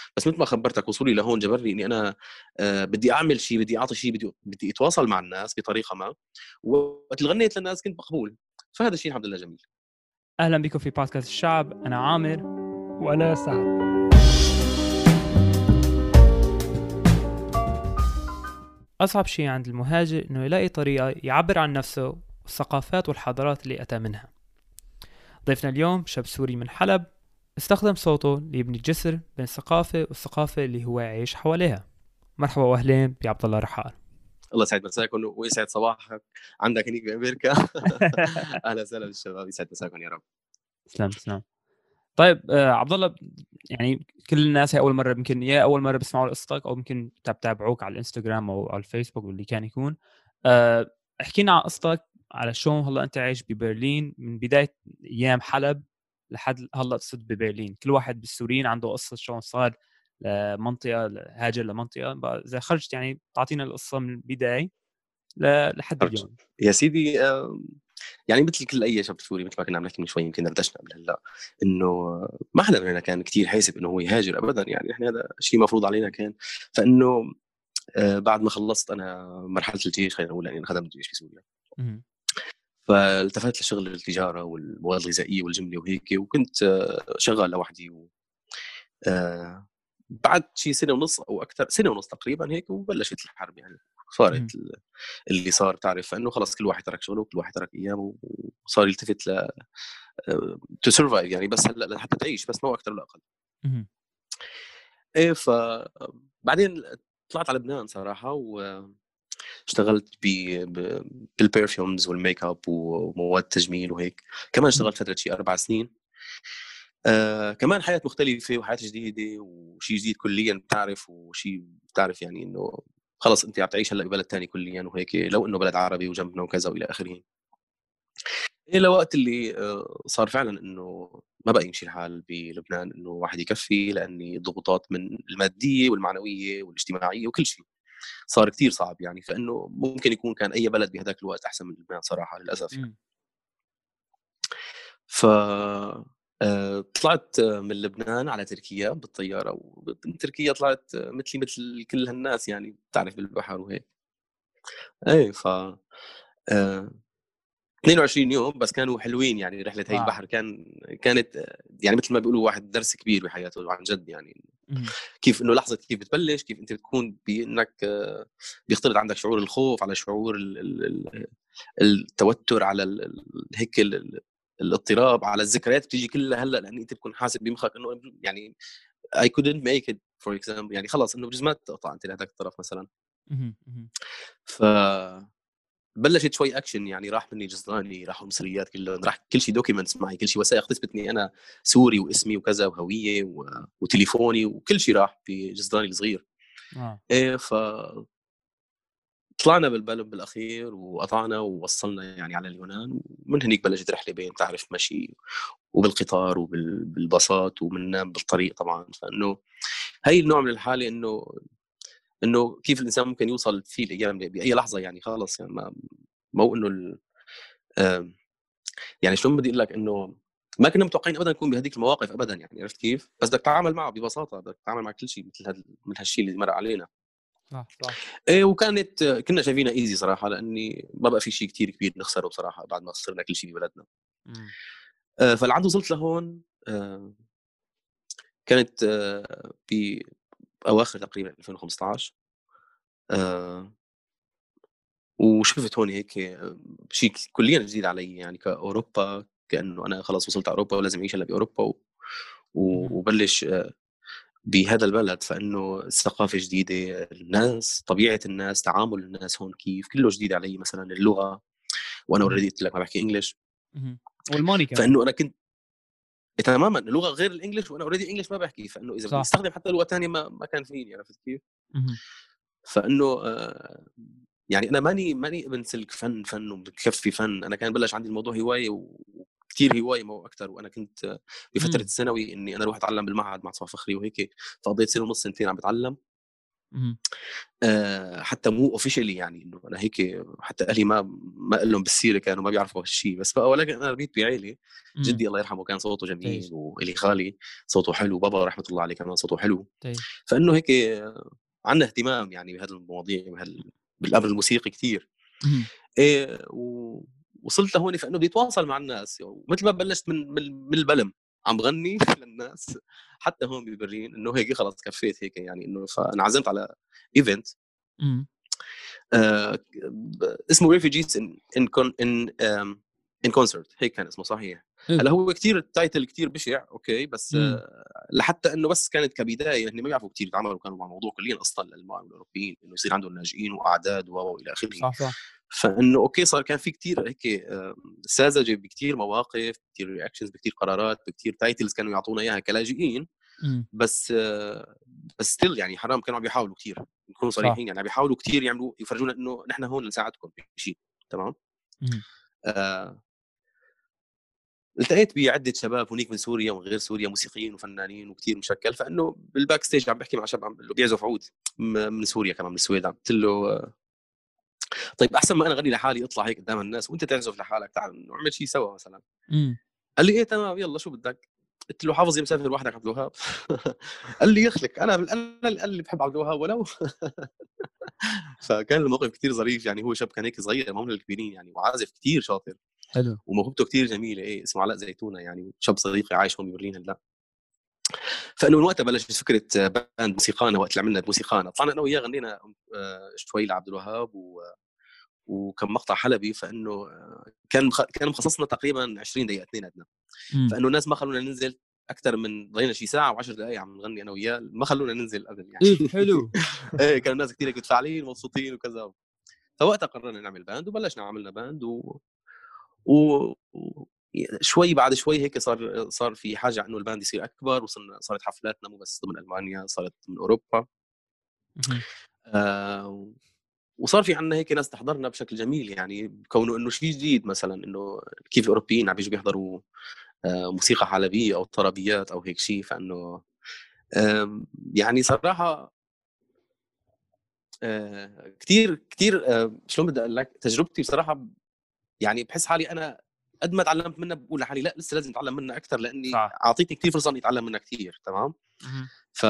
بس مثل ما خبرتك وصولي لهون جبرني اني انا بدي اعمل شيء، بدي اعطي شيء، بدي اتواصل مع الناس بطريقه ما، وقت اللي غنيت للناس كنت مقبول. فهذا الشيء الحمد لله جميل. أهلا بكم في بودكاست الشعب. أنا عامر وأنا سعد. أصعب شيء عند المهاجر إنه يلاقي طريقة يعبر عن نفسه والثقافات والحضارات اللي أتى منها. ضيفنا اليوم شاب سوري من حلب استخدم صوته ليبني الجسر بين الثقافة والثقافة اللي هو يعيش حواليها. مرحبا وأهلين بعبد الله رحال. الله يسعد مساكم ويسعد صباحك عندك هنيك بأمريكا. أهلا وسهلا بالشباب، يسعد مساكم يا رب. تسلم. طيب عبد الله، يعني كل الناس هي اول مره، يمكن يا اول مره بيسمعوا قصتك او يمكن تتابعوك على الانستغرام او على الفيسبوك واللي كان يكون. احكي لنا عن قصتك، على شلون هلا انت عايش ببرلين من بدايه ايام حلب لحد هلا صرت ببرلين. كل واحد بالسوريين عنده قصه شلون صار لمنطقه هاجر لمنطقه. بقى اذا خرجت يعني تعطينا القصه من البدايه لحد اليوم. يا سيدي، يعني مثل كل اي شاب سوري، مثل ما كنا عم نحكي من شوي يمكن دردشنا قبل هلا، انه ما حدا مننا كان كتير حاسب انه هو يهاجر ابدا. يعني احنا هذا شيء مفروض علينا كان. فانه بعد ما خلصت انا مرحله الجيش، خلينا نقول يعني خدمت الجيش في سوريا، فالتفت لشغل التجاره والمواد الغذائيه والجمله وهيك، وكنت شغال لوحدي بعد شيء سنه ونص او اكثر، سنه ونص تقريبا هيك، وبلشت الحرب. يعني صارت اللي صار، تعرف انه خلص كل واحد ترك شغله وكل واحد ترك ايامه، وصار يلتفت ل تو سرفايف، يعني بس هلا لحتى تعيش، بس مو اكثر ولا اقل. ايه، فبعدين طلعت على لبنان صراحه، واشتغلت بالبرفيومز والميك اب ومواد تجميل وهيك. كمان اشتغلت فتره شيء 4 سنين. كمان حياة مختلفة وحياة جديدة وشيء جديد كليا، بتعرف، وشيء بتعرف يعني انه خلص انت عم تعيش هلا ببلد تاني كليا وهيك، لو انه بلد عربي وجنبنا وكذا والى اخره. الى وقت اللي صار فعلا انه ما بقى يمشي الحال بلبنان انه واحد يكفي، لاني الضغوطات من الماديه والمعنويه والاجتماعيه وكل شيء صار كتير صعب. يعني فانه ممكن يكون كان اي بلد بهذاك الوقت احسن من لبنان صراحه، للاسف يعني. ف طلعت من لبنان على تركيا بالطياره، ومن تركيا طلعت مثل كل هالناس، يعني بتعرف بالبحر وهيك. ايه، ف 22 يوم بس كانوا حلوين. يعني رحله هي البحر كانت يعني مثل ما بيقولوا واحد درس كبير بحياته عن جد. يعني كيف انه لحظه كيف بتبلش، كيف انت بتكون بانك بيختلط عندك شعور الخوف على شعور التوتر، على هيك الاضطراب، على الذكريات بتيجي كلها هلا، لان انت بتكون حاسب بمخك انه يعني I couldn't make it for example، يعني خلاص انه بجوز ما تقطع انت لهذاك الطرف مثلا. ف بلشت شوي اكشن، يعني راح مني جزراني، راحوا المصريات كلهم، راح كل شيء دوكيومنتس معي، كل شيء وثائق تثبت اني انا سوري واسمي وكذا وهويه وتليفوني وكل شيء راح بجزراني الصغير. ايه، ف طلعنا بالبلد بالاخير وقطعنا ووصلنا يعني على اليونان، ومن هنيك بلشت رحله بين تعرف مشي وبالقطار وبالباصات ومننام بالطريق طبعا. فانه هي النوع من الحاله انه كيف الانسان ممكن يوصل فيه الايام باي لحظه. يعني خلص يعني مو انه يعني شلون بدي اقول لك، انه ما كنا متوقعين ابدا نكون بهذيك المواقف ابدا. يعني عرفت كيف؟ بس بدك تتعامل معه ببساطه، بدك تتعامل مع كل شيء مثل هالشيء اللي مر علينا. صح. ايه، وكانت كنا شايفينها ايزي صراحه، لاني ما بقى في شيء كتير كبير نخسره بصراحه بعد ما خسرنا كل شيء ببلدنا. فلعند وصلت لهون كانت باواخر تقريبا 2015. وشفت هون هيك شيء كليا جديد علي، يعني كاوروبا، كانه انا خلاص وصلت اوروبا ولازم اعيش هلا باوروبا وبلش بهذا البلد. فانه الثقافه جديده، الناس، طبيعه الناس، تعامل الناس هون كيف، كله جديد علي. مثلا اللغه، وانا اوريدي قلت لك ما بحكي انجلش، والماني كمان. فانه انا كنت تماما اللغه غير الانجليش، وانا اوريدي انجلش ما بحكي. فانه اذا بدي استخدم حتى لغه ثانيه ما كان فيني، عرفت كيف؟ فانه يعني انا ماني ابن سلك فن وبكفي فن. انا كان بلش عندي الموضوع هوايه، وكثير هوايه مو اكثر. وانا كنت بفتره الثانوي اني انا اروح اتعلم بالمعهد مع صفا فخري وهيك، فقضيت سنه ونص سنتين عم بتعلم. حتى مو اوفيشلي يعني انه انا هيك، حتى اهلي ما قال لهم بالسيره، كانوا ما بيعرفوا هالشيء. بس بقى ولكن انا ربيت بعائله جدي الله يرحمه كان صوته جميل، والي خالي صوته حلو، بابا رحمه الله عليه كمان صوته حلو. فانه هيك عندنا اهتمام يعني بهذه المواضيع بالامر الموسيقي كثير. إيه وصلت لهون فانه بدي اتواصل مع الناس، ومثل ما بلشت من البلم عم بغني للناس، حتى هون ببرين انه هيك خلص كفيت هيك يعني. انه فانا عزمت على ايفنت اسمه ريفوجيز ان كونسرت، هيك كان اسمه صحيح. هلا هو كتير التايتل كتير بشع، اوكي، بس لحتى انه بس كانت كبدايه، هن ما بيعرفوا كتير يتعاملوا كانوا مع الموضوع كليا اصلا للاوروبيين، انه يصير عندهم لاجئين واعداد والى اخره. صح. فانه اوكي صار كان في كتير هيك ساذجه بكتير مواقف، كتير رياكشنز، بكتير قرارات، بكتير تايتلز كانوا يعطونا اياها كلاجئين. بس ستيل يعني حرام، كانوا عم بيحاولوا كتير نكون صريحين، يعني عم بيحاولوا كتير يعملوا يفرجونا انه نحن هون نساعدكم بشيء. تمام. التقيت بعده شباب هنيك من سوريا ومن غير سوريا، موسيقيين وفنانين وكتير مشكل. فانه بالباك ستيج عم بحكي مع شاب عم بيعزف عود من سوريا كمان، من السويد. قلت له طيب احسن ما انا اغني لحالي اطلع هيك قدام الناس وانت تعزف لحالك، تعال نعمل شيء سوا مثلا. قال لي ايه تمام يلا شو بدك. قلت له حافظ يا مسافر وحدك عبد الوهاب. قال لي يخلك انا اللي بحب عبد الوهاب ولو. فكان الموقف كتير ظريف يعني. هو شاب كان هيك صغير، ما هم الكبيرين يعني، وعازف كتير شاطر حلو، وموهبته كتير جميله. ايه اسمه علاء زيتونه يعني، شاب صديقي عايش هون ببرلين هلا. فانه من وقتها بلشت فكره باند موسيقانا. وقت اللي عملنا موسيقانا طلعنا انا وياه غنينا شوي لعبد الوهاب وكم مقطع حلبي. فانه كان مخصصنا تقريبا 20 دقيقه اثنيناتنا. فانه الناس ما خلونا ننزل اكثر من، ضلينا شي ساعه و10 دقائق عم نغني انا وياه، ما خلونا ننزل قبل يعني. ايه حلو. ايه كان الناس كثير متفاعلين ومبسوطين وكذا. فوقتها قررنا نعمل باند وبلشنا عملنا باند و... شوي بعد شوي هيك صار في حاجه انه الباند يصير اكبر، صارت حفلاتنا مو بس ضمن المانيا، صارت من اوروبا. وصار في عندنا هيك ناس تحضرنا بشكل جميل يعني، كونه انه شيء جديد مثلا، انه كيف الاوروبيين عم بيجوا بيحضروا موسيقى حلبيه او طربيات او هيك شيء. فانه يعني صراحه كثير شلون بدي اقول لك، تجربتي بصراحه يعني بحس حالي انا قد ما تعلمت منها بقول لحالي لا لسه لازم اتعلم منها اكثر، لاني اعطيتني كثير فرصه اني اتعلم منها كثير. تمام. ف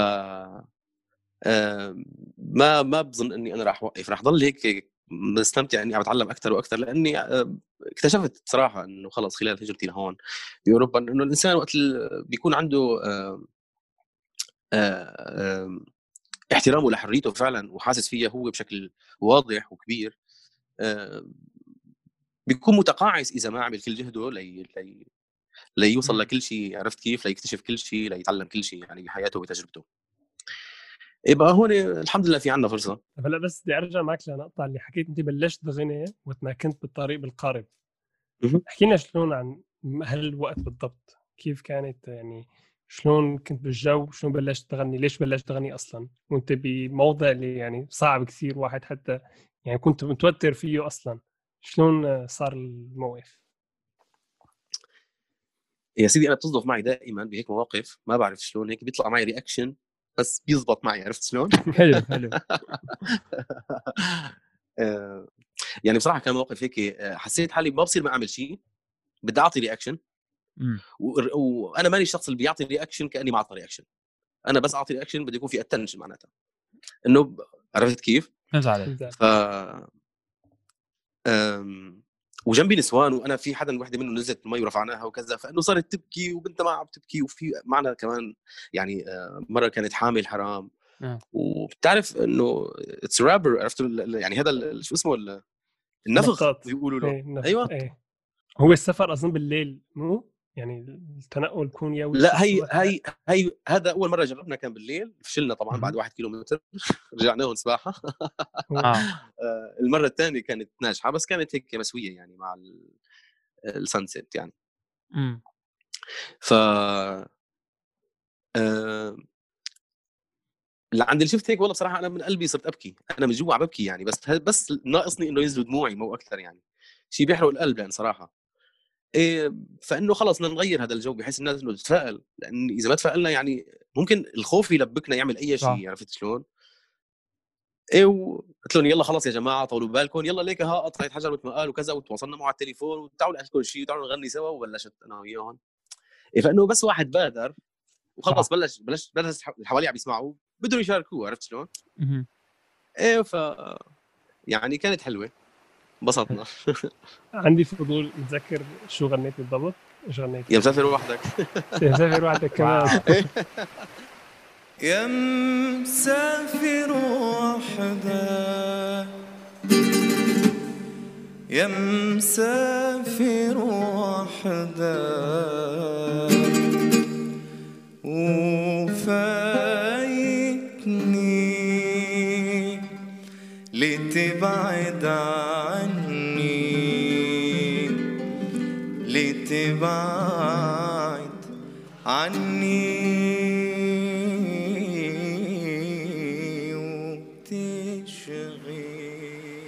ما بظن اني انا راح اوقف، راح ضل هيك مستمتع اني عم اتعلم اكثر واكثر، لاني اكتشفت بصراحه انه خلص خلال هجرتي لهون باوروبا انه الانسان وقت بيكون عنده احترامه لحريته فعلا وحاسس فيها هو بشكل واضح وكبير، بيكون متقاعس اذا ما عمل كل جهده ليوصل لكل شيء. عرفت كيف؟ ليكتشف كل شيء، ليتعلم كل شيء يعني بحياته وبتجربته. يبقى هون الحمد لله في عنا فرصه. هلا بس بدي ارجع معك لنقطه اللي حكيت انت بلشت غنى وقت ما كنت بالطريق بالقارب. احكي لنا شلون عن هالوقت بالضبط، كيف كانت يعني، شلون كنت بالجو، شلون بلشت تغني، ليش بلشت تغني اصلا وانت بموضع اللي يعني صعب كثير واحد حتى يعني كنت متوتر فيه اصلا، شلون صار الموقف؟ يا سيدي انا بتصدف معي دائما بهيك مواقف، ما بعرف شلون هيك بيطلع معي رياكشن بس بيزبط معي. عرفت شلون؟ حلو. يعني بصراحه كان موقف هيك حسيت حالي ما بصير ما اعمل شيء، بدي اعطي رياكشن وانا ماني الشخص اللي بيعطي رياكشن كاني ما اعطي رياكشن. انا بس اعطي رياكشن بده يكون في اتنشن معناتها انه عرفت كيف؟ فهمت عليك. ف وجنبي نسوان، وانا في حدا وحده منه نزلت المي ورفعناها وكذا، فانه صارت تبكي وبنتها ما عم تبكي، وفي معنا كمان يعني مره كانت حامل حرام. وبتعرف انه اتس رابر، عرفت يعني هذا شو اسمه النفخ بيقولوا له. ايوه ايه. هو السفر اظن بالليل مو يعني التنقل بيكون يا لا هي هذا اول مره جربنا كان بالليل، فشلنا طبعا بعد 1 كيلومتر. رجعنا لهم سباحه. المره الثانيه كانت ناجحه بس كانت هيك مسويه يعني مع السانسيت يعني. ف عند اللي شفت هيك والله بصراحه انا من قلبي صرت ابكي، انا من جوا عم ببكي يعني، بس ناقصني انه ينزلوا دموعي مو اكثر يعني، شيء بيحرق القلب يعني صراحه. فانه خلص بدنا نغير هذا الجو بحيث الناس انه تتفائل، لان اذا ما تفائلنا يعني ممكن الخوف يلبكنا يعمل اي شيء. عرفت شلون؟ قلت لهم يلا خلص يا جماعه طولوا بالكم، يلا ليك ها قطعت حجر مثل ما قال وكذا، وتواصلنا معه على التليفون وتعالوا نحكي كل شيء وتعالوا نغني سوا، وبلشت انا وياهم. فانه بس واحد بادر وخلص بلش اللي حواليه عم يسمعوا بدهم يشاركوه، عرفت شلون؟ يعني كانت حلوه، انبسطنا. عندي فضول نتذكر شو غنيت بالضبط؟ ايش غنيت؟ يا مسافر وحدك. يا مسافر وحدك كمان. يا مسافر وحدك، يا مسافر وحدك، وفايتني لتبعد عني، لتبعد عني وبتشغل.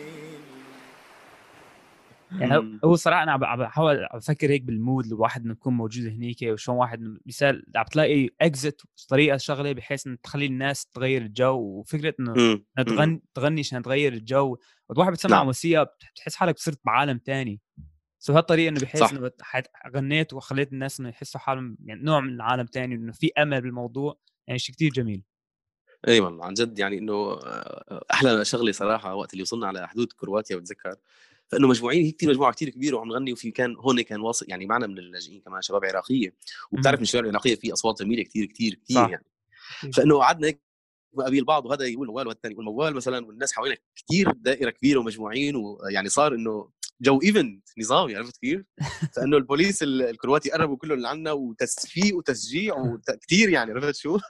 يعني هو صراحه انا عم بحاول افكر هيك بالمود الواحد انه يكون موجود هنيك، وشون واحد مثال عم تلاقي اكزت طريقه شغله بحيث انه تخلي الناس تغير الجو، وفكره انه تغني عشان تغير الجو. والواحد بتسمع موسيقى بتحس حالك صرت بعالم تاني. سو هالطريقه انه بحيث انه غنيت وخليت الناس انه يحسوا حالهم يعني نوع من العالم تاني، انه في امل بالموضوع، يعني شيء كتير جميل. اي والله عن جد، يعني انه احلى شغله صراحه وقت اللي وصلنا على حدود كرواتيا بتذكر، فانه مجموعين هي كثير مجموعه كثير كبيره وعم نغني، وفي كان هون كان واصل يعني معنا من اللاجئين كمان شباب عراقيه، وبتعرف من الشباب العراقيه في اصوات جميله كثير كثير كثير يعني. فانه قعدنا هيك مقابل بعض، وهذا يقول موال والثاني يقول موال مثلا، والناس حوالينا كثير دائره كبيره ومجموعين، ويعني صار انه جو ايفنت نظامي، عرفت كيف؟ فانه البوليس الكرواتي قربوا كلهم لعنا، وتصفيق وتشجيع وكثير يعني، عرفت شو؟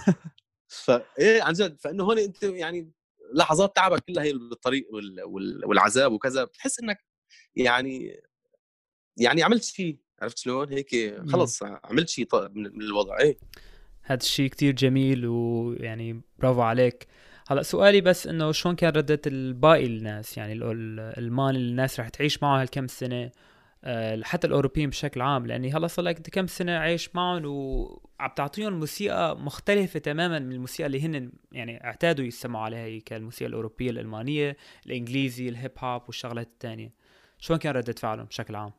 فايه عن جد، فانه هون انت يعني لحظات تعبك كلها هي بالطريق والعذاب وكذا، بتحس انك يعني عملت شيء، عرفت شلون؟ هيك خلص عملت شيء من الوضع. ايه هذا الشيء كتير جميل، ويعني برافو عليك. هلا سؤالي بس انه شلون كان ردة الباقي الناس، يعني المان الناس رح تعيش معه هالكم سنة، حتى الأوروبيين بشكل عام، لأني هلا صار لك كم سنة عايش معهم وعم تعطيهم موسيقى مختلفة تماما من الموسيقى اللي هن يعني اعتادوا يسمعوا عليها، هي كالموسيقى الأوروبية، الألمانية، الإنجليزي، الهيب هوب والشغلات التانية. شلون كان ردة فعلهم بشكل عام؟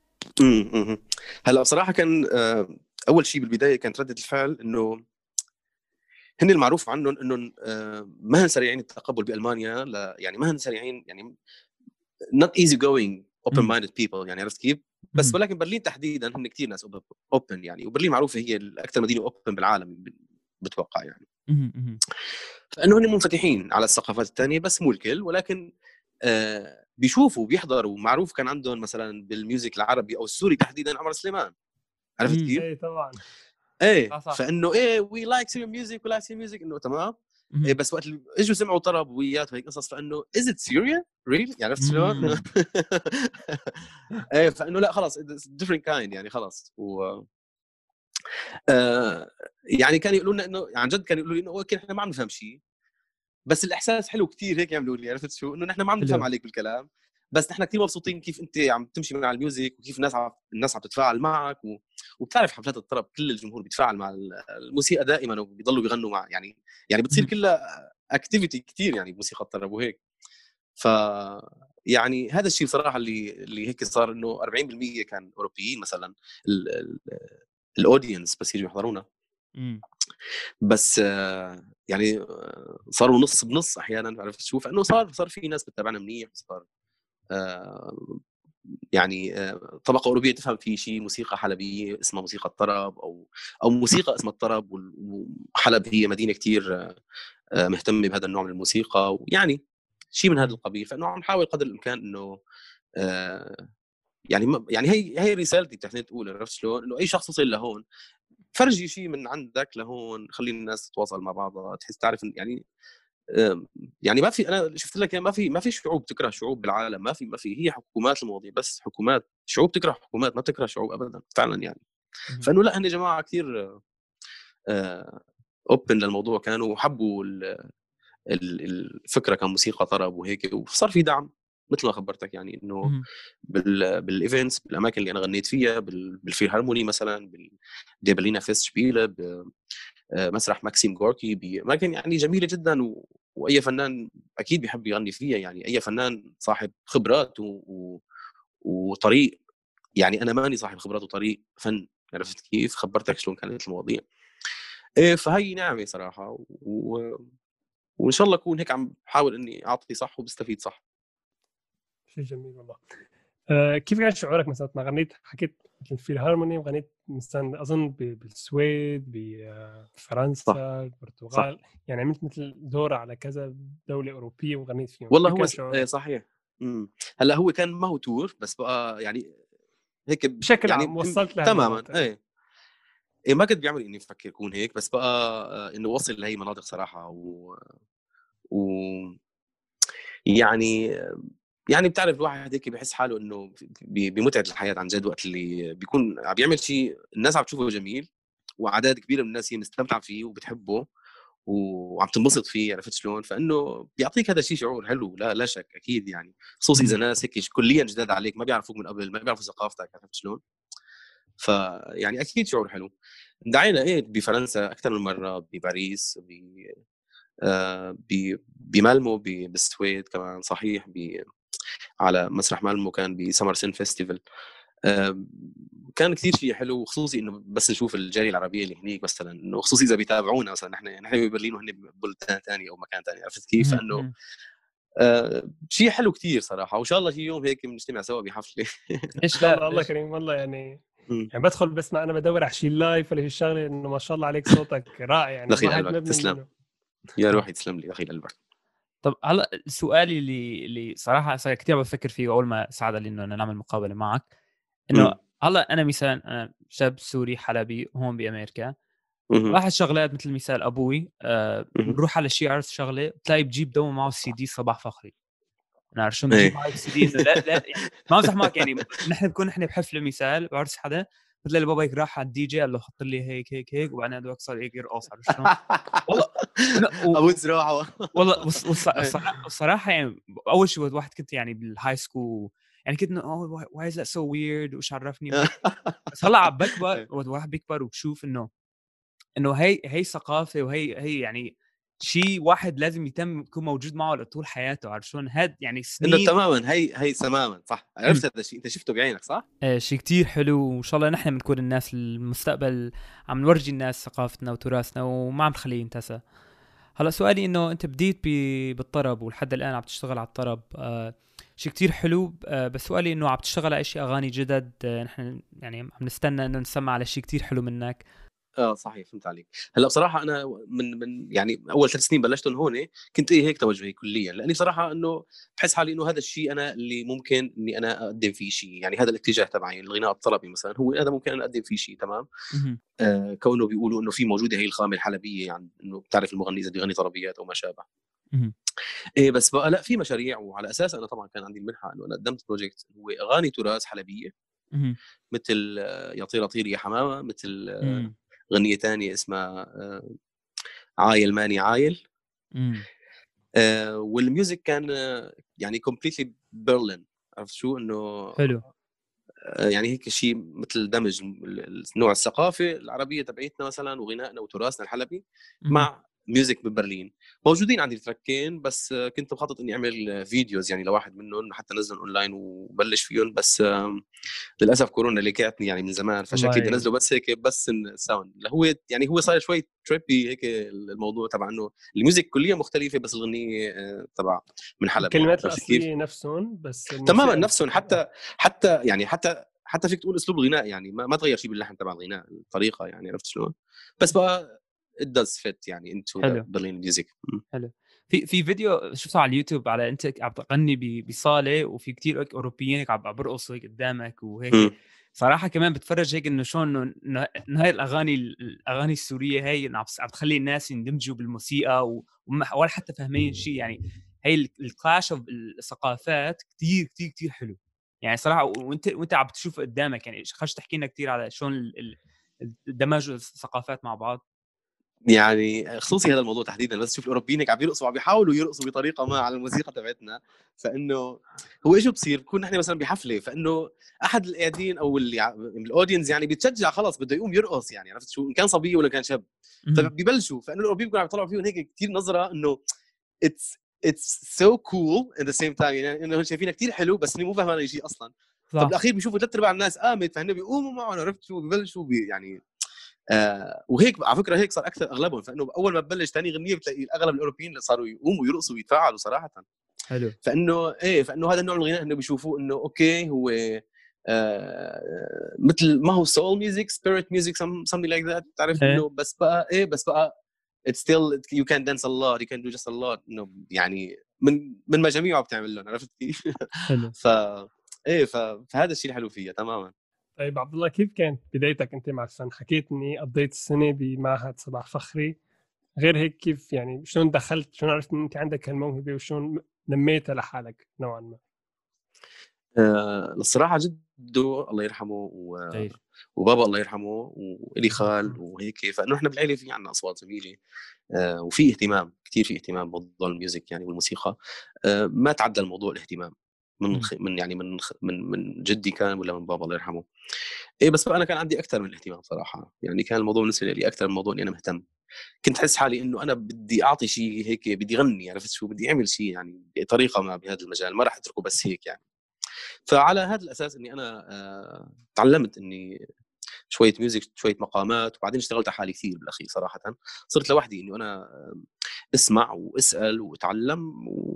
هلا بصراحة كان أول شيء بالبداية كانت ردة الفعل إنه هن المعروف عنهم إنهم ما هن سريعين التقبل بألمانيا، لا يعني ما هن سريعين، يعني not easy going open minded people، يعني عرفت كيف؟ بس ولكن برلين تحديدا هن كتير ناس open يعني، وبرلين معروفة هي الأكثر مدينة open بالعالم بتوقع يعني. فإنه هن منفتحين على الثقافات الثانية، بس مو الكل، ولكن بيشوفوا بيحضروا. معروف كان عندهم مثلا بالميوزك العربي أو السوري تحديدا عمر سليمان، عرفت كيف؟ ايه طبعا. ايه فانه ايه وي لايك سير ميوزك ولا سير ميوزك انه تمام. إيه بس وقت اللي اجوا سمعوا طرب ويات وهيك قصص، فانه از ات سيريا ريل، عرفت شلون؟ ايه فانه لا خلاص ديفرنت كايند يعني خلاص. و يعني كانوا يقولوا لنا انه عن جد، كانوا يقولوا لي انه اوكي احنا ما عم نفهم شيء، بس الاحساس حلو كتير، هيك يعملوا لي، عرفت شو؟ انه نحن ما عم نفهم عليك بالكلام، بس نحن كثير مبسوطين كيف انت عم تمشي مع الميوزك، وكيف الناس عم تتفاعل معك، وبتعرف حفلات الطرب كل الجمهور بيتفاعل مع الموسيقى دائما، وبيضلوا بيغنوا مع يعني بتصير كلها اكتيفيتي كتير يعني موسيقى الطرب وهيك. ف يعني هذا الشيء بصراحه اللي هيك صار، انه 40% كان اوروبيين مثلا الاودينس بس يجوا يحضرونا، بس يعني صاروا نص بنص احيانا، عرفت شو؟ فانه صار في ناس بتتابعنا منيح، صار يعني طبقه اوروبيه تفهم في شيء موسيقى حلبيه اسمها موسيقى الطرب، او موسيقى اسمها الطرب، وحلب هي مدينه كتير مهتمه بهذا النوع من الموسيقى، ويعني شيء من هذا القبيل. فانه عم نحاول قدر الامكان انه يعني هي رسالتي بتحكي تقول، عرفت شلون؟ انه اي شخص وصل لهون فرجي شيء من عندك لهون، خلي الناس تتواصل مع بعضها، تحس تعرف يعني ما في، انا شفت لك ما في شعوب تكره شعوب بالعالم، ما في هي حكومات المواضيع، بس حكومات شعوب تكره حكومات، ما تكره شعوب ابدا فعلا يعني. فانه لا، هن جماعه كثير اوبن للموضوع، كانوا وحبوا الفكره كموسيقى طرب وهيك، وصار في دعم مثل ما خبرتك يعني، انه بالايفنتس، بالاماكن اللي انا غنيت فيها، بالفيلهارموني مثلا، بالديبلينا فيست شبيله، بمسرح ماكسيم غوركي، باماكن يعني جميله جدا، واي فنان اكيد بيحب يغني فيها، يعني اي فنان صاحب خبرات وطريق. يعني انا ماني صاحب خبرات وطريق فن، عرفت كيف؟ خبرتك شلون كانت المواضيع. فهي نعمه صراحه، وان شاء الله اكون هيك عم بحاول اني اعطي صح وبستفيد صح. شيء جميل والله. كيف كان شعورك مثلا ما غنيت، حكيت مثل في الهارموني وغنيت مثلا اظن بالسويد، بفرنسا، البرتغال، يعني عملت مثل دورة على كذا دولة أوروبية وغنيت فيهم. والله هو صحيح. هلا هو كان ما هو تور، بس بقى يعني هيك بشكل يعني عام وصلت لها تماما. ايه ما كنت بعمل اني افكر يكون هيك، بس بقى انه وصل لهي مناطق صراحه و يعني بتعرف الواحد هيك بيحس حاله انه بمتعه الحياه عن جد، وقت اللي بيكون عم يعمل شيء الناس عم تشوفه جميل، واعداد كبيره من الناس هي مستمتعه فيه وبتحبه وعم تنبسط فيه، عرفت شلون؟ فانه بيعطيك هذا الشيء شعور حلو، لا شك اكيد يعني، خصوصي اذا ناس هيك كليا جداد عليك، ما بيعرفوك من قبل، ما بيعرفوا ثقافتك، عرفت شلون؟ فيعني اكيد شعور حلو. دعينا ايه بفرنسا اكثر من مره، بباريس، بمالمو، بالسويد كمان صحيح، على مسرح مالمو كان بسمر سين فيستيفال. كان كثير شيء حلو، خصوصي انه بس نشوف الجاليه العربيه اللي هنيك مثلا، انه خصوصي اذا بيتابعونا مثلا، نحن ببرلين وهن ببلدان ثانيه او مكان ثاني، عرفت كيف؟ فانه شيء حلو كثير صراحه، وان شاء الله شيء يوم هيك بنجتمع سوا بحفله. ايش لا الله كريم والله. يعني بدخل بسمع، انا بدور على شيء لايف ولا شيء شغله، انه ما شاء الله عليك صوتك رائع يعني. دخيل قلبك، تسلم يا روحي، تسلم لي دخيل قلبك. طب هلا سؤالي اللي صراحه صار كثير بفكر فيه اول ما سعد لي انه نعمل مقابله معك، انه هلا انا مثلا انا شاب سوري حلبي هون بامريكا، واحد شغلات مثل مثال ابوي بنروح على شي عرس شغله بتلاقي بجيب دوما معه سي دي صباح فخري. انا عارف شو بجيب معه سي دي، انه لا يعني ما امزح معك، يعني نحن بحفله مثال بعرس حدا، بتلاقي بابا هيك راح على الدي جي قال له حط لي هيك وبعدين هذاك صار هيك يرقص، عرفت شلون؟ والله ابو زراعه والله الصراحه يعني اول شيء واحد كنت يعني بالهاي سكول يعني كنت واي از ذات سو ويرد وش عرفني، بس هلا عم بكبر واحد بيكبر وبشوف انه هي ثقافه، وهي يعني شيء واحد لازم يكون موجود معه طول حياته، عارف شلون؟ هاد يعني سنين انه تماما هي تماما صح. عرفت هذا الشيء، انت شفته بعينك صح؟ شيء كتير حلو، وان شاء الله نحن بنكون الناس المستقبل عم نورجي الناس ثقافتنا وتراثنا وما عم نخليه ينتسى. هلا سؤالي انه انت بديت بالطرب ولحد الان عم تشتغل على الطرب، شيء كتير حلو، بس سؤالي انه عم تشتغل على شيء اغاني جدد، نحن يعني عم نستنى انه نسمع على شيء كتير حلو منك. صحيح، فهمت عليك. هلا بصراحه انا من يعني اول 3 سنين بلشت هون، كنت هيك توجهي كليا، لاني صراحه انه بحس حالي انه هذا الشيء انا اللي ممكن اني انا اقدم فيه شيء، يعني هذا الاتجاه تبعي الغناء الطربي مثلا، هو هذا ممكن انا اقدم فيه شيء. تمام. كونه بيقولوا انه في موجوده هي الخامه الحلبيه، يعني انه بتعرف المغني اذا بيغني طربيات او ما شابه. بس بقى لا، في مشاريع، وعلى اساس انا طبعا كان عندي المنحه انه انا قدمت بروجكت هو اغاني تراث حلبيه، مثل يا طير طير يا حمامه، مثل غنية تانية اسمها عايل ماني عايل. والميوزك كان يعني كومبليتلي برلين، عرفت شو؟ انه حلو يعني هيك شيء مثل دمج نوع الثقافة العربية تبعيتنا مثلا وغنائنا وتراثنا الحلبي مع ميوزك ببرلين. موجودين عندي تركين، بس كنت مخطط اني اعمل فيديوز يعني لواحد منهم حتى نزلهم اونلاين وبلش فيهم، بس للاسف كورونا اللي كاتني يعني من زمان، فشكلي بدي انزله بس هيك بس الساوند اللي هو يعني هو صار شوي تريبي هيك الموضوع تبع انه الميوزك كليا مختلفه، بس الغنيه تبع من حلب. الكلمات يعني الأصلية نفسهم، بس تماما نفسهم، حتى يعني حتى فيك تقول اسلوب الغناء يعني ما تغير شيء باللحن تبع الغناء، الطريقه يعني، عرفت شلون؟ بس بقى it does fit يعني into the Berlin music. حلو. في فيديو شفته على اليوتيوب على انت عم تغني بصاله، وفي كتير اوروبيين هيك عم بيرقصوا هيك قدامك وهيك صراحه كمان بتفرج هيك انه شلون انه هاي الاغاني السوريه هي عم تخلي الناس يندمجوا بالموسيقى ولا حتى فاهمين شيء، يعني هي الكلاش اوف الثقافات كتير كتير كتير حلو يعني صراحه. وانت عم تشوف قدامك، يعني خش تحكي لنا كتير على شلون دمج الثقافات مع بعض. يعني خصوصي هذا الموضوع تحديدا، بس شوف الاوروبيين هيك عم يرقصوا، عم بيحاولوا يرقصوا بطريقه ما على الموسيقى تبعتنا، فانه هو ايش بصير؟ بكون نحن مثلا بحفله، فانه احد القاعدين او اللي الاودينس يعني بيتشجع، خلص بده يقوم يرقص، يعني عرفت شو؟ ان كان صبيه ولا كان شاب، فبيبلشوا، فانه الاوروبيين بيكونوا عم يطلعوا فيهم هيك كثير نظره انه it's so cool at the same time. يعني انه شايفينه كتير حلو بس اني مو فاهم انا شيء اصلا. فبالاخير بيشوفوا 3/4 الناس قامت فهن بيقوموا معه، عرفت شو ببلشوا يعني وهيك على فكره هيك صار اكثر اغلبهم، فانه اول ما ببلش ثاني غنيه بتلاقي اغلب الاوروبيين اللي صاروا يقوموا يرقصوا ويتفاعلوا صراحه. حلو. فانه فانه هذا النوع من الغناء انه بيشوفوه انه اوكي هو مثل ما هو soul music, spirit music, something like that. تعرف انه بس بقى it's still you can dance a lot, you can do just a lot. انه يعني من مجاميعه بتعمل لهم، عرفت كيف؟ حلو. فهذا الشيء الحلو فيها تماما. طيب عبد الله، كيف كانت بدايتك انت مع الفن؟ حكيت اني قضيت السنه بمعهد صباح فخري، غير هيك كيف يعني شلون دخلت، شلون عرفت ان انت عندك هالموهبه وشلون نميتها لحالك نوعا ما؟ الصراحه جده الله يرحمه وبابا الله يرحمه وإلي خال وهيك، فانه احنا بالعيله في عندنا اصوات جميله وفي اهتمام كثير، في اهتمام بموضوع الميوزك يعني والموسيقى. ما تعدى الموضوع الاهتمام من يعني من جدي كان ولا من بابا الله يرحمه. بس انا كان عندي اكثر من الاهتمام صراحه، يعني كان الموضوع بالنسبه لي اكثر من موضوع اني انا مهتم. كنت احس حالي انه انا بدي اعطي شيء هيك، بدي اغني، عرفت شو، بدي اعمل شيء يعني بطريقه ما بهذا المجال، ما راح اتركه بس هيك يعني. فعلى هذا الاساس اني انا تعلمت اني شويه ميوزك شويه مقامات، وبعدين اشتغلت على حالي كثير بالاخير صراحه. صرت لوحدي انه انا اسمع واسال واتعلم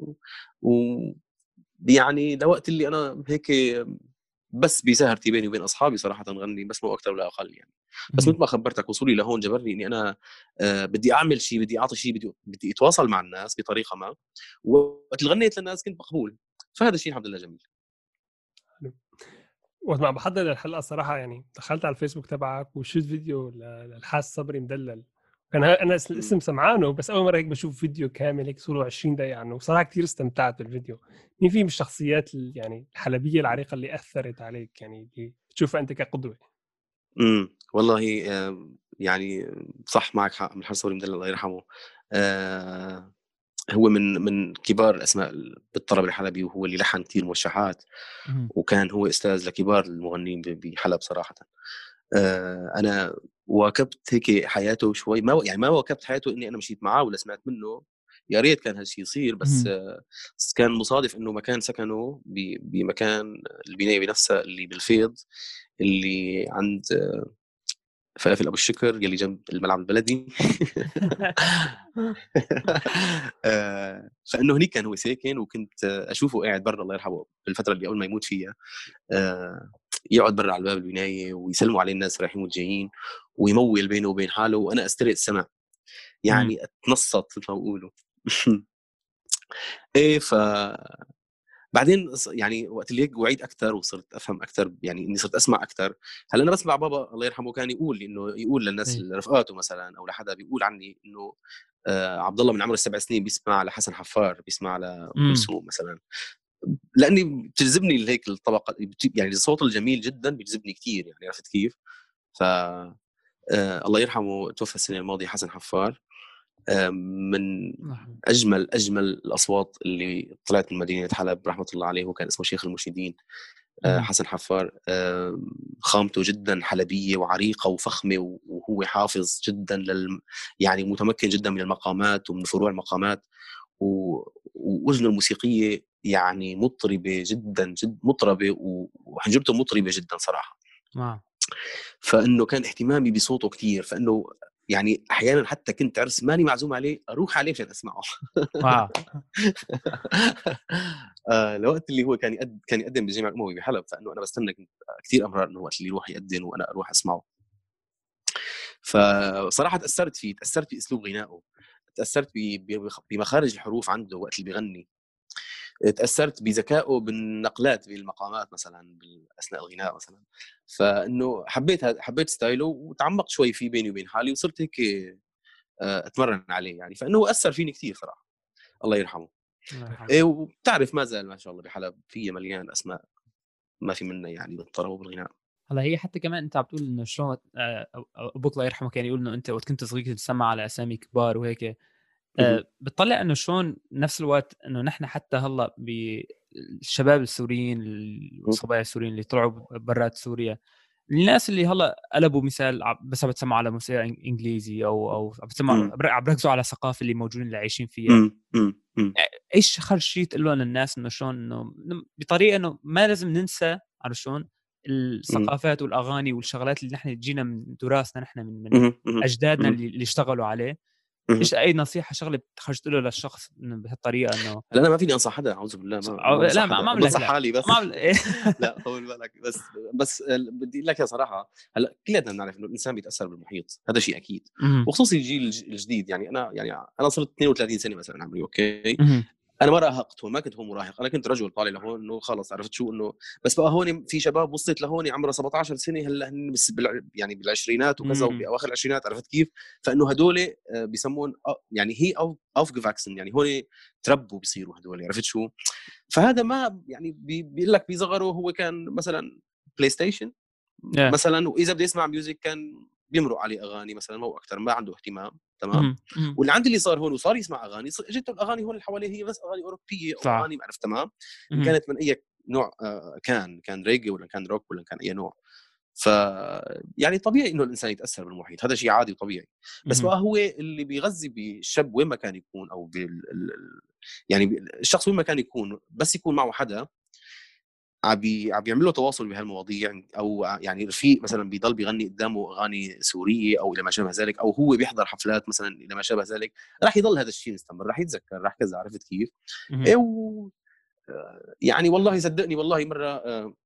يعني لوقت اللي انا هيك بس بسهرتي بيني وبين اصحابي صراحه نغني، بس مو اكثر ولا اقل يعني. بس مثل ما خبرتك وصولي لهون جبرني اني انا بدي اعمل شيء، بدي اعطي شيء، بدي اتواصل مع الناس بطريقه ما، وقت غنيت للناس كنت مقبول. فهذا الشيء الحمد لله جميل. وقت ما بحضر الحلقه صراحه يعني دخلت على الفيسبوك تبعك وشفت فيديو للحاس صبري مدلل. كان انا الاسم سمعانه، بس اول مره هيك بشوف فيديو كامل هيك صوره 20 دقيقه عنه، وصراحه كثير استمتعت بالفيديو. مين في من الشخصيات يعني الحلبيه العريقه اللي اثرت عليك، يعني اللي تشوفها انت كقدوه؟ والله يعني صح معك حق، من الحاس صبري مدلل الله يرحمه. هو من كبار الاسماء بالطرب الحلبي، وهو اللي لحن كثير موشحات، وكان هو استاذ لكبار المغنيين بحلب صراحه. انا واكبت هيك حياته شوي، ما يعني ما واكبت حياته اني انا مشيت معاه ولا سمعت منه، يا ريت كان هالشيء يصير، بس كان مصادف انه مكان سكنه بمكان البنايه بنفسها اللي بالفيض اللي عند فلافل ابو الشكر يلي جنب الملعب البلدي. فانه هنيك كان هو ساكن، وكنت اشوفه قاعد برا الله يرحمه بالفتره اللي اول ما يموت فيها، يقعد برا على باب البنايه ويسلموا عليه الناس رايحين وجايين، ويمول بينه وبين حاله، وانا استرق السمع يعني اتنصت مثل ما بيقولوا. بعدين يعني وقت اللي هيك وعيت اكثر وصرت افهم اكثر، يعني اني صرت اسمع اكثر. هلا انا بسمع بابا الله يرحمه كان يقول للناس رفقاته مثلا او لحدا بيقول عني انه عبد الله من عمر 7 سنين بيسمع لحسن حفار، بيسمع لكلثوم مثلا، لاني بتجذبني هيك الطبقه، يعني الصوت الجميل جدا بيجذبني كثير يعني، عرفت كيف؟ ف الله يرحمه توفى السنه الماضيه حسن حفار، من اجمل الاصوات اللي طلعت من مدينه حلب رحمه الله عليه، وكان اسمه شيخ المرشدين. حسن حفار خامته جدا حلبيه وعريقه وفخمه، وهو حافظ جدا يعني متمكن جدا من المقامات ومن فروع المقامات، واذنه الموسيقيه يعني مطربه جدا مطربه، وحنجرته مطربه جدا صراحه. فانه كان اهتمامي بصوته كثير، فانه يعني احيانا حتى كنت عرس ماني معزوم عليه اروح عليه عشان اسمعه. الوقت اللي هو كان يقدم بالجامعه الاموي بحلب، فانه انا بستنى كثير امرار انه وقت اللي يروح يقدم وانا اروح اسمعه. فصراحه تاثرت باسلوب غنائه، تاثرت بمخارج الحروف عنده وقت اللي بيغني، تاثرت بذكائه بالنقلات بالمقامات مثلا اثناء الغناء مثلا. فانه حبيت ستايله وتعمقت شوي فيه بيني وبين حالي، وصرت هيك اتمرن عليه يعني. فانه اثر فيني كثير صراحه الله يرحمه. وبتعرف ما زال ما شاء الله بحلب فيه مليان اسماء ما في منها يعني بالطرب وبالغناء. هلا هي حتى كمان انت عم تقول انه شلون ابوك الله يرحمه كان يقول انه انت وقت كنت صغير تسمع على اسامي كبار وهيك. بتطلع انه شلون نفس الوقت انه نحن حتى هلا بالشباب السوريين الصبايا السوريين اللي طلعوا برات سوريا، الناس اللي هلا قلبوا مثال بس عم بتسمع على موسيقى انجليزي او عم بتسمع عم بركزوا على الثقافه اللي موجودين اللي عايشين فيها. ايش خرج شيء تقول لهم للناس انه شلون انه بطريقه انه ما لازم ننسى على شلون الثقافات والاغاني والشغلات اللي نحن جينا من تراثنا نحن من اجدادنا اللي اشتغلوا عليه. ايش اي نصيحه شغله بتخرج تقول له للشخص انه بهالطريقه انه لا انا ما فيني انصح حدا اعوذ بالله لا ما بنصح حالي بس لا طول بالك بس بدي اقول لك يا صراحه هلا كلنا بنعرف انه الانسان بيتاثر بالمحيط هذا شيء اكيد وخصوصي الجيل الجديد يعني انا صرت 32 سنه مثلا عمري اوكي انا ما راهقت ما كنت هو مراهق انا كنت رجل طالع لهون انه خلص عرفت شو انه بس بقى هون في شباب وصلت لهون عمره 17 سنه هلا هن يعني بالعشرينات وكذا وباواخر العشرينات عرفت كيف فانه هدول بيسمون يعني هي اوف جفاكسن يعني هون تربوا بيصيروا هدول عرفت شو فهذا ما يعني بيقول لك بيصغره هو كان مثلا بلاي ستيشن مثلا واذا بده يسمع ميوزك كان بيمرق عليه اغاني مثلا مو اكثر ما عنده اهتمام تمام واللي عندي اللي صار هون وصار يسمع اغاني اجت الاغاني هون اللي حواليه هي بس اغاني اوروبيه او اغاني ما عرفت تمام إن كانت من اي نوع كان ريجي ولا كان روك ولا كان اي نوع ف يعني طبيعي انه الانسان يتاثر بالمحيط هذا شيء عادي وطبيعي بس بقى هو اللي بيغذي بالشاب وين ما كان يكون او يعني الشخص وين ما كان يكون بس يكون معه حدا عم يعمل له تواصل بهالمواضيع او يعني رفيق مثلا بيضل بيغني قدامه اغاني سوريه او الى ما شابه ذلك او هو بيحضر حفلات مثلا الى ما شابه ذلك راح يضل هذا الشيء مستمر راح يتذكر راح كذا عرفت كيف يعني والله صدقني والله مره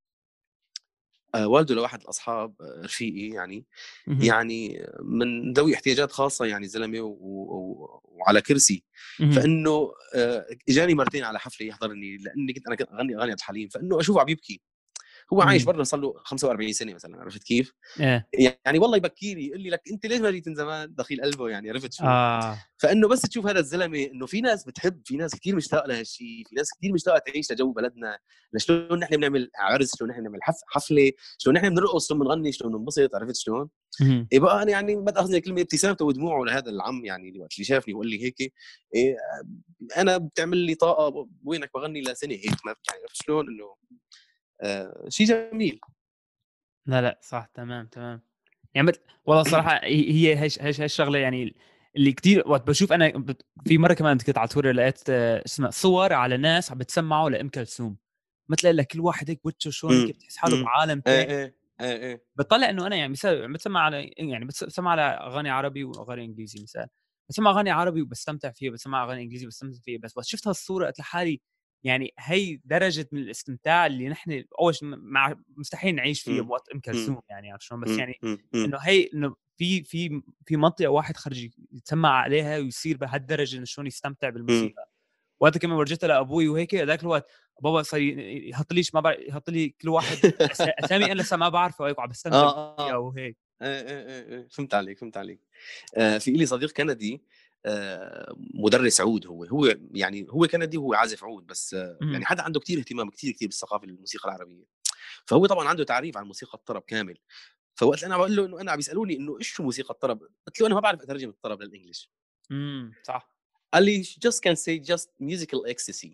والده لواحد الاصحاب رفيقي يعني من ذوي احتياجات خاصه يعني زلمه وعلى كرسي فانه اجاني مرتين على حفله يحضرني لاني كنت اغني اغاني عبد الحليم فانه اشوفه عم يبكي هو عايش برا صار له 45 سنه مثلا عرفت كيف يعني والله يبكي لي يقول لي لك انت ليش ما جيت من زمان دخيل قلبه يعني عرفت شو فانه بس تشوف هذا الزلمه انه في ناس بتحب في ناس كثير مشتاقه لهالشيء في ناس كثير مشتاقه تعيش لجو بلدنا شلون نحن بنعمل عرس شلون نحن بنعمل حفله شلون نحن بنرقص شلون بنغني شلون بننبسط عرفت شلون بقى انا يعني ما تاخذني كلمه ابتسامته ودموعه لهذا العم يعني وقت اللي شافني وقال لي هيك انا بتعمل لي طاقه وينك بغني لسنه هيك ما يعني عرفت شلون انه شيء جميل لا صح تمام يعني والله صراحه هي الشغله يعني اللي كتير وقت بشوف انا في مره كمان كنت على تويتر لقيت اسمها صور على ناس عم بتسمعوا لأم كلثوم مثل لك كل واحد هيك وجهه شلون هيك بتحس حاله بعالم ثاني بتطلع انه انا يعني مثلا بتسمع على يعني بتسمع على اغاني عربي واغاني انجليزي مثلا بسمع اغاني عربي وبستمتع فيها بسمع اغاني انجليزي بستمتع فيها بس وقت شفت هالصوره قلت لحالي يعني هي درجه من الاستمتاع اللي نحن اول شيء مع مستحيل نعيش فيها بوقت ام كلثوم يعني عشان بس يعني انه هي انه في منطقه واحد خرج يتسمع عليها ويصير بهالدرجه انه شلون يستمتع بالموسيقى وقت كمان ورجيتها لابوي وهيك ذاك الوقت بابا صار يحط ليش ما بعرف يحط لي كل واحد اسامي انا لسه ما بعرفه هيك وعم بستمتع فيها وهيك فهمت عليك في لي صديق كندي مدرس عود هو يعني هو كندي وهو عازف عود بس يعني حدا عنده كتير اهتمام كتير بالثقافه الموسيقى العربيه فهو طبعا عنده تعريف عن موسيقى الطرب كامل فوقت انا بقول له انه انا عم بيسالوني انه ايش موسيقى الطرب قلت له انا ما بعرف اترجم الطرب للانجليش صح قال لي just can say just musical ecstasy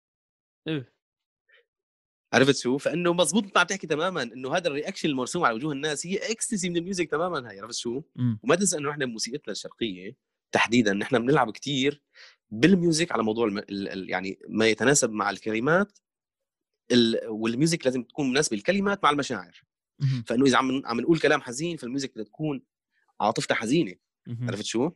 عرفت شو فانه مزبوط انت عم تحكي تماما انه هذا الرياكشن المرسوم على وجوه الناس هي اكستسي من الميوزك تماما هي عرفت شو وما تنسى انه احنا بموسيقتنا الشرقيه تحديدا نحن بنلعب كتير بالميوزك على موضوع يعني ما يتناسب مع الكلمات والميوزك لازم تكون مناسبه الكلمات مع المشاعر فانه اذا عم نقول كلام حزين فالميوزك بدها تكون عاطفتها حزينه عرفت شو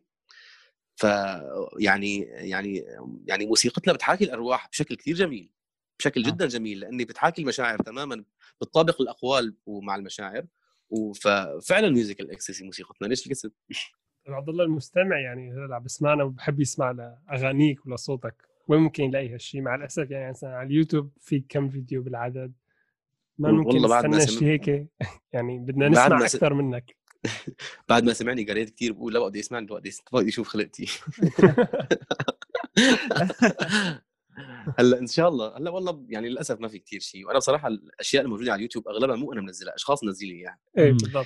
يعني موسيقتنا بتحاكي الارواح بشكل كتير جميل بشكل جدا جميل لاني بتحاكي المشاعر تماما بتطابق الاقوال ومع المشاعر وفعلا ميوزيكال اكسسي موسيقتنا ليش الكسب عبد الله المستمع يعني هلا عم بسمعنا وبحب يسمع لاغانيك ولا صوتك وين ممكن يلاقي هالشيء مع الاسف يعني مثلا على اليوتيوب في كم فيديو بالعدد ما ممكن نستنى شيء هيك يعني بدنا نسمع اكثر منك بعد ما سمعني قريت كتير بقول لا بدي اسمعني بدي اشوف خلقتي هلا ان شاء الله هلا والله يعني للاسف ما في كتير شيء وانا بصراحه الاشياء الموجوده على اليوتيوب اغلبها مو انا منزلها اشخاص منزلين اياها ايه بالضبط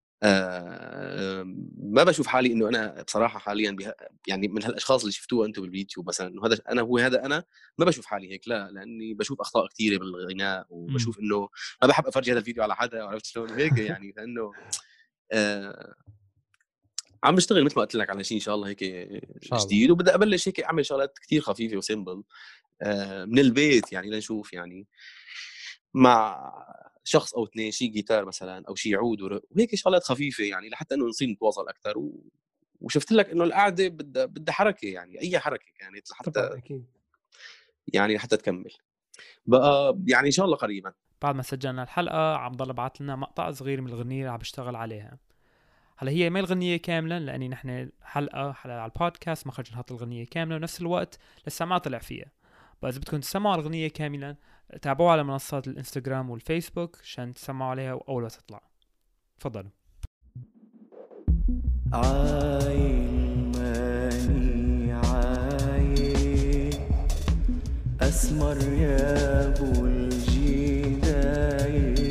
ما بشوف حالي انه انا بصراحه حاليا يعني من هالاشخاص اللي شفتوها انتم باليوتيوب مثلا انه هذا انا ما بشوف حالي هيك لا لاني بشوف اخطاء كثيره بالغناء وبشوف انه ما بحب افرجي هذا الفيديو على حدا عرفت شلون هيك يعني لانه عم بشتغل مثل ما قلت لك على شيء ان شاء الله هيك شاء الله. جديد، وبدي ابلش هيك اعمل شغلات كتير خفيفه وسيمبل من البيت، يعني لنشوف يعني مع شخص او اثنين، شيء جيتار مثلا او شيء عود وهيك شغلات خفيفه، يعني لحتى انه نصير نتواصل اكثر. وشفت لك انه القعده بدها حركه، يعني اي حركه كانت طبعا لحتى اكيد. يعني لحتى تكمل بقى، يعني ان شاء الله قريبا. بعد ما سجلنا الحلقه عبد الله بعث لنا مقطع صغير من الغنيه اللي عم بشتغل عليها. هلا هي ما الغنيه كامله لاني نحن حلقه على البودكاست ما خرج نحط الغنيه كامله، ونفس الوقت لسه ما طلع فيها. بس بدكم تسمعوا الغنيه كاملا تابعوها على منصات الانستغرام والفيسبوك عشان تسمعوا عليها اول ما تطلع. تفضلوا. عايل ماني عايل أسمر يا أبو الجدايل.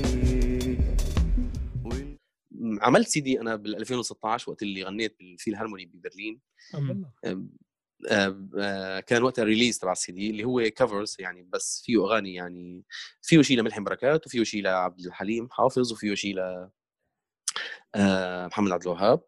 عملت سي دي انا بال 2016 وقت اللي غنيت بالفيلهارموني ببرلين. والله كان وقتها الريليز تبع السي دي اللي هو كفرز، يعني بس فيه اغاني، يعني فيه شيء لملحم بركات، وفيه شيء لعبد الحليم حافظ، وفيه شيء ل محمد عبد الوهاب.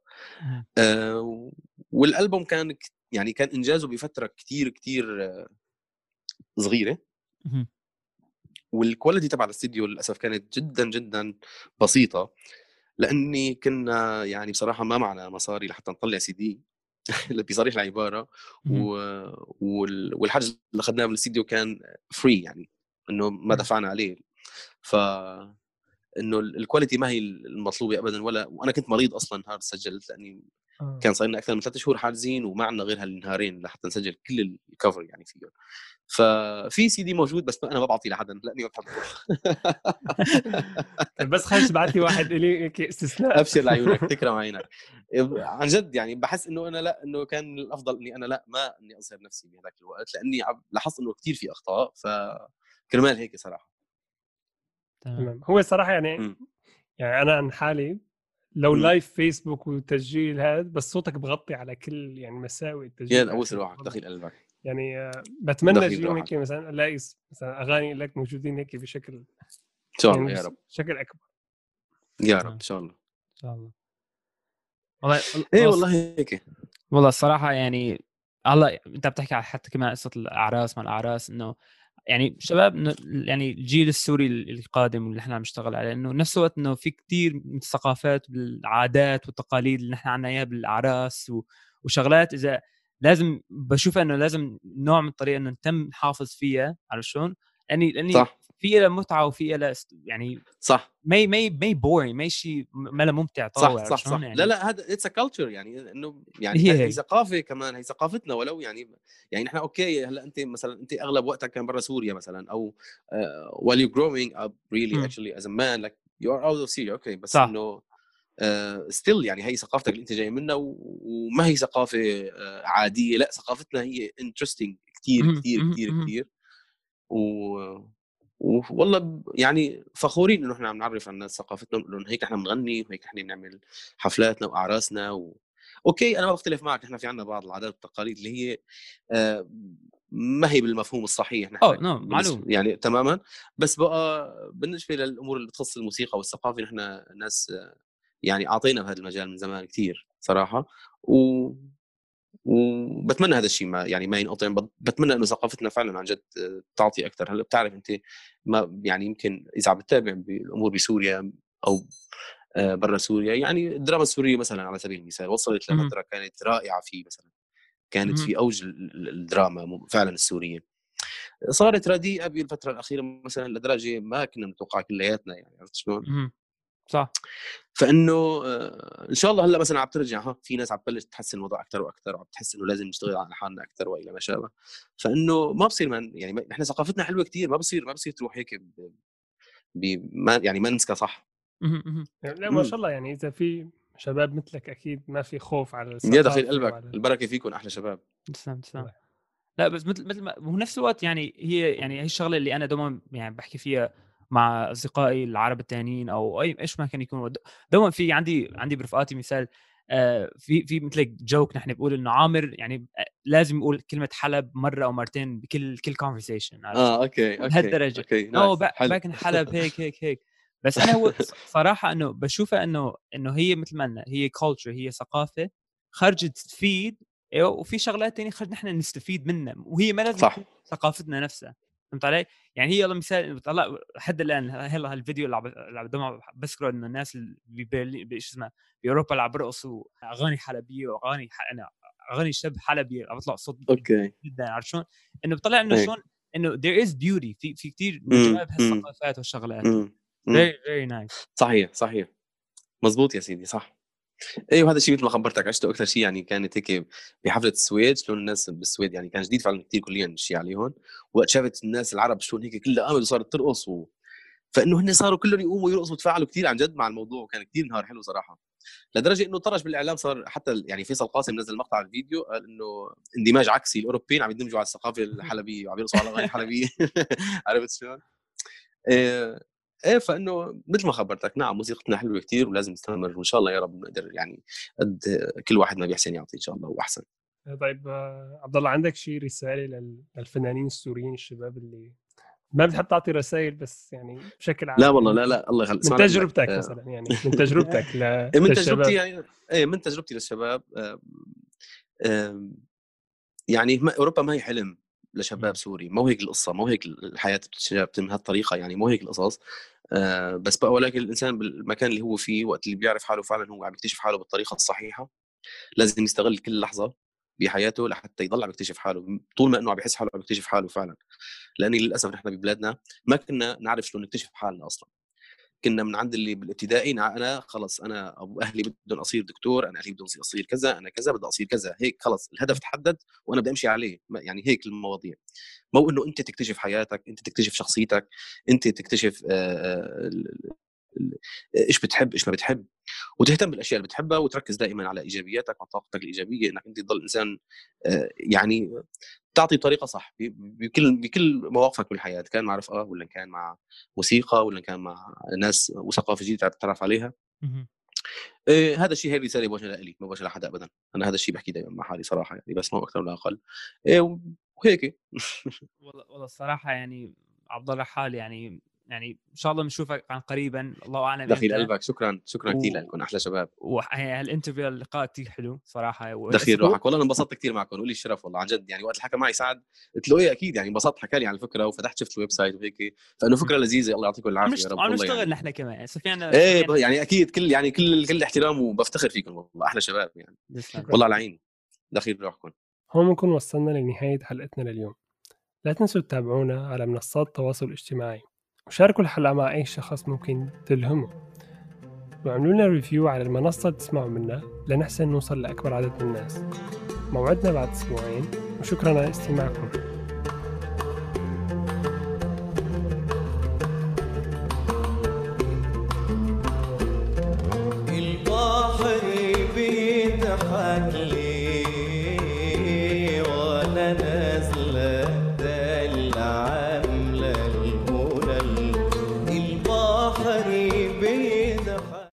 والالبوم كان يعني كان انجازه بفتره كتير كتير صغيره، والكواليتي تبع الاستديو للاسف كانت جدا جدا بسيطه، لاني كنا يعني بصراحه ما معنا مصاري لحتى نطلع سي دي بصريح العباره. والحجز اللي اخذناه من الاستديو كان فري، يعني انه ما دفعنا عليه. ف انه الكواليتي ما هي المطلوبه ابدا، وانا كنت مريض اصلا نهار سجلت، لاني كان صار لنا اكثر من 3 شهور حاجزين وما عندنا غير هالنهارين لحتى نسجل كل الكفر يعني فيهم. ففي سي دي موجود بس انا ما بعطيه لحدا لاني ما بحبه. بس خلص بعت لي واحد لي هيك استثناء. ابشر لعيونك تكرم عينك. عن جد يعني بحس انه انا لا، انه كان الافضل اني انا لا ما اني اظهر نفسي بهذاك الوقت، لاني لاحظت انه كثير في اخطاء، فكرمال هيك صراحه. تمام. هو الصراحه يعني يعني انا عن حالي لو لايف فيسبوك وتسجيل هذا، بس صوتك بغطي على كل يعني مساوئ التسجيل. يا ابوس روحك دخيل قلبك. يعني بتمنى جيم هيك مثلا الاقي مثلا اغاني لك موجودين هيك بشكل ان شاء الله يعني يا رب، بشكل اكبر يا رب ان شاء الله. ان شاء الله. والله ايه والله هيك. والله الصراحه يعني هلا انت بتحكي على حتى كمان قصه الاعراس، ما الاعراس انه يعني شباب يعني الجيل السوري القادم اللي احنا عم نشتغل عليه، انه نفس الوقت انه في كتير من الثقافات والعادات والتقاليد اللي احنا عنا اياها بالاعراس وشغلات اذا لازم بشوف انه لازم نوع من الطريقه انه نتم نحافظ فيها على شلون، لاني في لها متعه وفي لها يعني صح ما بورينج، ما شيء ما له ممتع طاوع. صح يعني لا هذا اتس ا كلتشر، يعني انه يعني هي ثقافه كمان، هي ثقافتنا. ولو يعني نحن اوكي هلا انت مثلا انت اغلب وقتك كان برا سوريا مثلا، او while you're growing up really actually as a man like you are out of Syria اوكي، بس انه still يعني هي ثقافتك اللي انت جاي منها، وما هي ثقافه عاديه، لا ثقافتنا هي interesting كثير كثير كثير كثير. والله يعني فخورين انه احنا عم نعرف عن الناس ثقافتنا، انه هيك احنا بنغني وهيك احنا بنعمل حفلاتنا واعراسنا اوكي انا ما بختلف معك، احنا في عندنا بعض العادات والتقاليد اللي هي ما هي بالمفهوم الصحيح نحن معلوم يعني تماما. بس بقى بالنسبه للامور اللي بتخص الموسيقى والثقافه نحن ناس يعني اعطينا بهذا المجال من زمان كثير صراحه، وبتمنى هذا الشيء ما ينقطع. بتمنى انه ثقافتنا فعلا عن جد تعطي اكثر. هلا بتعرف انت ما يعني يمكن اذا عم بتتابع بالامور بسوريا او برا سوريا، يعني الدراما السوريه مثلا على سبيل المثال وصلت لفتره كانت رائعه فيه، مثلا كانت في اوج الدراما فعلا السوريه. صارت رديئه بالفتره الاخيره مثلا لدرجه ما كنا نتوقع كلياتنا، يعني عرفت شلون؟ صح. فانه ان شاء الله هلا مثلا عم ترجع في ناس عم تبلش تحسن الوضع اكثر واكثر، وعم تحس انه لازم نشتغل على حالنا اكثر والى ما شابه. فانه ما بصير يعني نحن ثقافتنا حلوه كثير، ما بصير تروح هيك ما يعني ما نسكى صح. لا ما شاء الله، يعني اذا في شباب مثلك اكيد ما في خوف على الثقافه. يا دخيل قلبك البركه فيكم، احلى شباب. تسلم. لا بس مثل ما هو نفس الوقت يعني هي الشغله اللي انا دوما يعني بحكي فيها مع اصدقائي العرب الثانيين او ايش ما كان يكون. دوما في عندي برفقاتي مثال في مثل جوك نحن بقول انه عامر يعني لازم يقول كلمه حلب مره او مرتين بكل كونفرسيشن. اوكي لهالدرجه باك حلب هيك. بس انا هو صراحه انه بشوفها انه هي مثل ما قلنا هي كلتشر، هي ثقافه خرج تفيد، وفي شغلات تانية خرج نحن نستفيد منها، وهي ما لازم صح. ثقافتنا نفسها. فهمت علي؟ يعني هي يلا مثال طلع لحد الان هلا هالفيديو اللي عم بذكره انه الناس اللي ببرلين بايش اسمها باوروبا اللي عم بيرقصوا اغاني حلبيه واغاني اغاني شب حلبي عم بيطلع صوت اوكي جدا. عارف شلون؟ انه بطلع انه إيه. شلون انه there is beauty في كثير نجاب هالثقافات والشغلات. very very nice. صحيح مزبوط يا سيدي صح. ايوه هذا الشيء مثل ما خبرتك عشته اكثر شيء يعني كانت هيك بحفله السويد شلون الناس بالسويد يعني كان جديد فعلا كثير كليا الشيء عليهم. وقت شافت الناس العرب شلون هيك كلها قامت وصارت ترقص فانه هن صاروا كلهم يقوموا يرقصوا ويتفاعلوا كثير عن جد مع الموضوع. وكان كثير نهار حلو صراحه لدرجه انه طرش بالاعلام صار حتى يعني فيصل قاسم نزل مقطع على الفيديو قال انه اندماج عكسي الاوروبيين عم يندمجوا على الثقافه الحلبيه وعم يرقصوا على الاغاني الحلبيه. عرفت شلون؟ ايه فانه مثل ما خبرتك نعم موسيقتنا حلوه كثير ولازم نستمر وان شاء الله يا رب نقدر يعني قد كل واحد ما بيحسن يعطي ان شاء الله واحسن. طيب عبد الله عندك شيء رساله للفنانين السوريين الشباب اللي ما بتحب تعطي رسائل بس يعني بشكل عام؟ لا والله لا الله يخليك من تجربتك مثلا يعني من تجربتك من تجربتي يعني ايه من تجربتي للشباب يعني اوروبا ما هي حلم لشباب سوري. مو هيك القصه مو هيك الحياه بتتم بهالطريقه يعني مو هيك القصص. بس بقى ولكن الانسان بالمكان اللي هو فيه وقت اللي بيعرف حاله فعلا هو عم يكتشف حاله بالطريقه الصحيحه لازم يستغل كل لحظه بحياته لحتى يضل عم يكتشف حاله طول ما انه عم يحس حاله عم يكتشف حاله فعلا. لاني للاسف نحن ببلادنا ما كنا نعرف شلون نكتشف حالنا اصلا. كنا من عند اللي بالابتدائي انا خلص انا ابو اهلي بدهم اصير دكتور انا اهلي بدهم اصير كذا انا كذا بدي اصير كذا هيك خلص الهدف تحدد وانا بدي امشي عليه يعني هيك المواضيع. مو انه انت تكتشف حياتك انت تكتشف شخصيتك انت تكتشف ايش بتحب ايش ما بتحب وتهتم بالاشياء اللي بتحبها وتركز دائما على ايجابياتك وطاقتك الايجابيه انك انت تضل انسان يعني تعطي بطريقه صح بكل مواقفك بالحياه كان مع رفقه ولا كان مع موسيقى ولا كان مع ناس وثقافه جديده تتعرف عليها. هذا الشيء هي رساله بوجهها لي ما بوجهها لحدا ابدا. انا هذا الشيء بحكي دائما مع حالي صراحه يعني بس ما اكثر ولا اقل. وهيك والله الصراحه يعني عبد الله حال يعني ان شاء الله بنشوفك عن قريبا الله اعلم. دخيل قلبك شكرا كثير لكم احلى شباب. هالانترفيو اللقاء كثير حلو صراحه دخيل روحك والله انا انبسطت كثير معكم ولي الشرف والله عن جد يعني وقت الحكى معي سعد قلت له ايه اكيد يعني انبسطت حكى لي عن الفكره وفتحت شفت الويب سايت وهيك فانه فكره لذيذه الله يعطيكم العافيه يا رب والله نشتغل يعني. نحن كمان سفيان ايه يعني اكيد كل احترام وبفتخر فيكم والله احلى شباب يعني والله على عيني. دخيل روحكم. هون بنكون وصلنا لنهايه حلقتنا لليوم. لا تنسوا تتابعونا على منصات التواصل الاجتماعي وشاركوا الحلقة مع أي شخص ممكن تلهمه وعملوا لنا ريفيو على المنصة اللي تسمعوا منها لنحسن نوصل لأكبر عدد من الناس. موعدنا بعد أسبوعين وشكرا على استماعكم. البحر بيضحك لي وانا نازله ده اللي عامله المنى. البحر